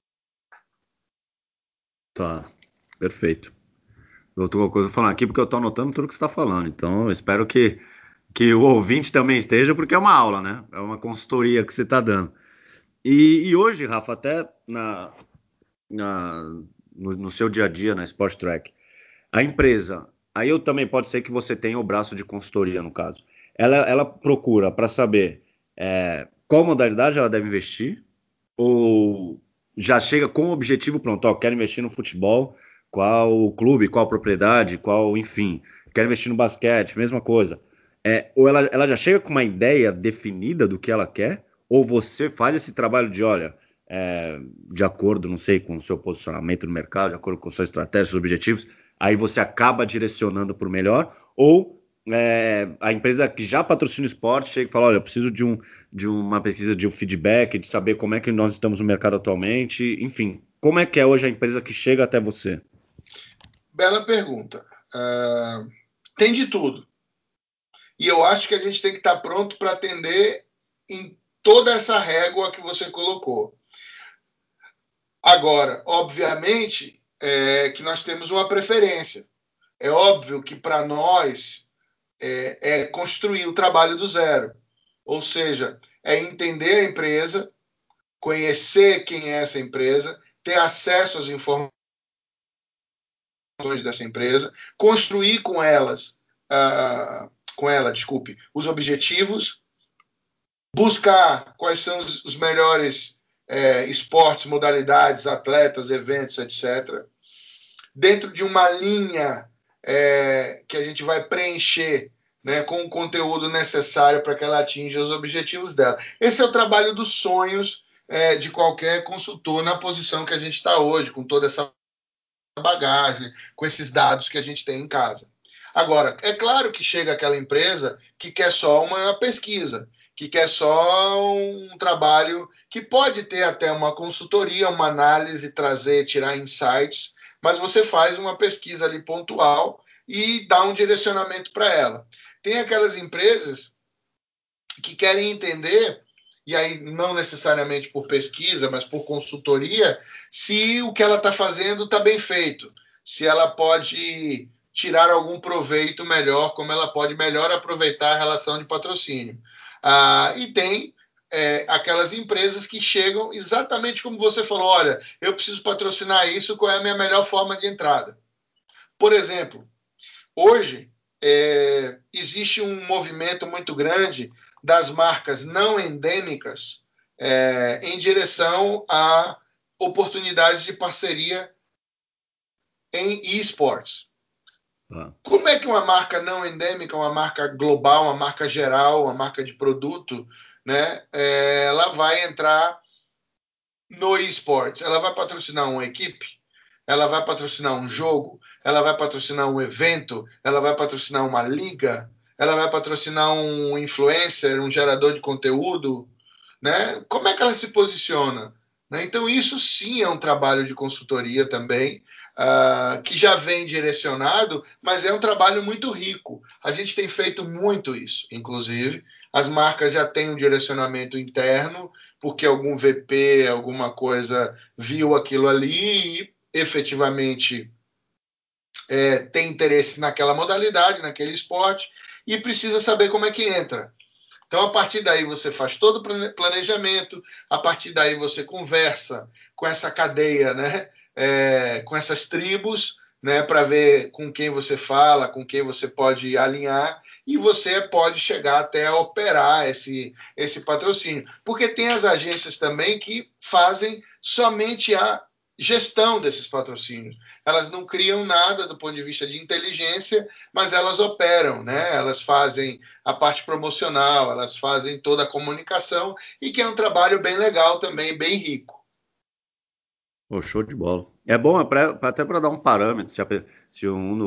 Tá, perfeito. Eu tô com uma coisa falando aqui porque eu tô anotando tudo que você está falando. Então, eu espero que o ouvinte também esteja, porque é uma aula, né? É uma consultoria que você está dando. E hoje, Rafa, até no seu dia a dia na Sport Track, a empresa, aí eu também pode ser que você tenha o braço de consultoria, no caso. Ela procura para saber qual modalidade ela deve investir, ou já chega com o objetivo pronto, ó, quero investir no futebol, qual clube, qual propriedade, qual, enfim, quero investir no basquete, mesma coisa. Ou ela já chega com uma ideia definida do que ela quer, ou você faz esse trabalho de, olha, de acordo, não sei, com o seu posicionamento no mercado, de acordo com a sua estratégia, seus objetivos, aí você acaba direcionando para o melhor, ou a empresa que já patrocina o esporte chega e fala, olha, eu preciso de uma pesquisa de um feedback, de saber como é que nós estamos no mercado atualmente, enfim, como é que é hoje a empresa que chega até você? Bela pergunta. Tem de tudo. E eu acho que a gente tem que estar pronto para atender em toda essa régua que você colocou. Agora, obviamente, que nós temos uma preferência. É óbvio que para nós é construir o trabalho do zero. Ou seja, é entender a empresa, conhecer quem é essa empresa, ter acesso às informações dessa empresa, construir com ela, desculpe, os objetivos, buscar quais são os melhores esportes, modalidades, atletas, eventos, etc. Dentro de uma linha que a gente vai preencher, né, com o conteúdo necessário para que ela atinja os objetivos dela. Esse é o trabalho dos sonhos de qualquer consultor na posição que a gente está hoje, com toda essa bagagem, com esses dados que a gente tem em casa. Agora, é claro que chega aquela empresa que quer só uma pesquisa, que quer só um trabalho que pode ter até uma consultoria, uma análise, trazer, tirar insights, mas você faz uma pesquisa ali pontual e dá um direcionamento para ela. Tem aquelas empresas que querem entender, e aí não necessariamente por pesquisa, mas por consultoria, se o que ela está fazendo está bem feito, se ela pode tirar algum proveito melhor, como ela pode melhor aproveitar a relação de patrocínio. E tem aquelas empresas que chegam exatamente como você falou, olha, eu preciso patrocinar isso, qual é a minha melhor forma de entrada? Por exemplo, hoje existe um movimento muito grande das marcas não endêmicas em direção a oportunidades de parceria em esportes. Como é que uma marca não endêmica, uma marca global, uma marca geral, uma marca de produto, né, ela vai entrar no esportes? Ela vai patrocinar uma equipe? Ela vai patrocinar um jogo? Ela vai patrocinar um evento? Ela vai patrocinar uma liga? Ela vai patrocinar um influencer, um gerador de conteúdo? Né? Como é que ela se posiciona? Né? Então, isso sim é um trabalho de consultoria também, que já vem direcionado, mas é um trabalho muito rico. A gente tem feito muito isso, inclusive. As marcas já têm um direcionamento interno, porque algum VP, alguma coisa, viu aquilo ali e efetivamente tem interesse naquela modalidade, naquele esporte, e precisa saber como é que entra. Então, a partir daí, você faz todo o planejamento, a partir daí, você conversa com essa cadeia, né? Com essas tribos, né? Para ver com quem você fala, com quem você pode alinhar, e você pode chegar até a operar esse patrocínio. Porque tem as agências também que fazem somente a gestão desses patrocínios. Elas não criam nada do ponto de vista de inteligência, mas elas operam, né? Elas fazem a parte promocional, elas fazem toda a comunicação, e que é um trabalho bem legal também, bem rico. Oh, show de bola. É bom até para dar um parâmetro, se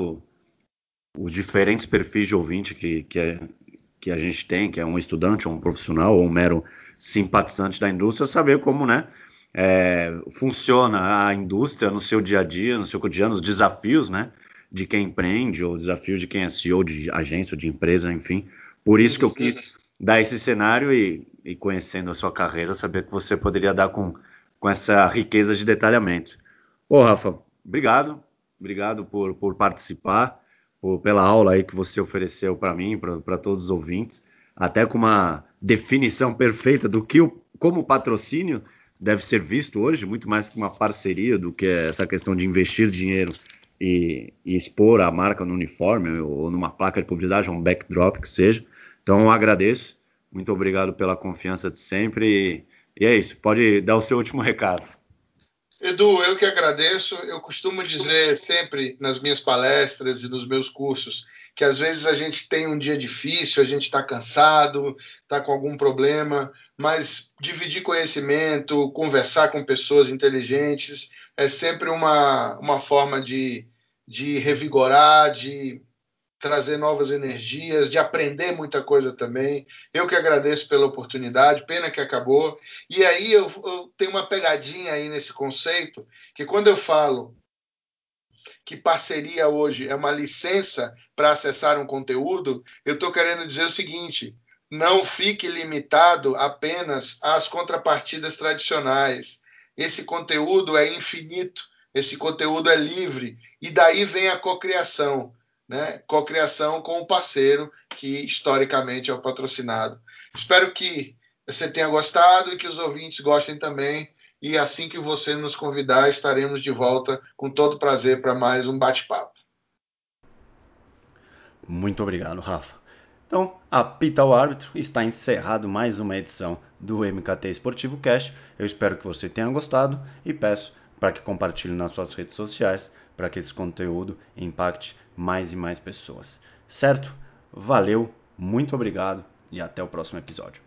os diferentes perfis de ouvinte que a gente tem, que é um estudante, ou um profissional, ou um mero simpatizante da indústria, saber como, né, funciona a indústria no seu dia a dia, no seu cotidiano, os desafios, né, de quem empreende, ou desafios de quem é CEO de agência ou de empresa, enfim. Por isso que eu quis dar esse cenário e conhecendo a sua carreira, saber que você poderia dar com essa riqueza de detalhamento. Ô, Rafa, obrigado. Obrigado por participar, pela aula aí que você ofereceu para mim, para todos os ouvintes, até com uma definição perfeita do que como patrocínio deve ser visto hoje, muito mais que uma parceria do que essa questão de investir dinheiro e expor a marca no uniforme ou numa placa de publicidade, um backdrop que seja. Então, eu agradeço. Muito obrigado pela confiança de sempre. E é isso, pode dar o seu último recado. Edu, eu que agradeço. Eu costumo dizer sempre nas minhas palestras e nos meus cursos que às vezes a gente tem um dia difícil, a gente está cansado, está com algum problema, mas dividir conhecimento, conversar com pessoas inteligentes é sempre uma forma de revigorar, de trazer novas energias, de aprender muita coisa também. Eu que agradeço pela oportunidade, pena que acabou. E aí eu tenho uma pegadinha aí nesse conceito, que quando eu falo que parceria hoje é uma licença para acessar um conteúdo, eu estou querendo dizer o seguinte: não fique limitado apenas às contrapartidas tradicionais. Esse conteúdo é infinito, esse conteúdo é livre, e daí vem a cocriação, né? Cocriação com o parceiro, que historicamente é o patrocinado. Espero que você tenha gostado e que os ouvintes gostem também. E assim que você nos convidar, estaremos de volta com todo prazer para mais um bate-papo. Muito obrigado, Rafa. Então, apita o árbitro, está encerrado mais uma edição do MKT Esportivo Cast. Eu espero que você tenha gostado e peço para que compartilhe nas suas redes sociais para que esse conteúdo impacte mais e mais pessoas. Certo? Valeu, muito obrigado e até o próximo episódio.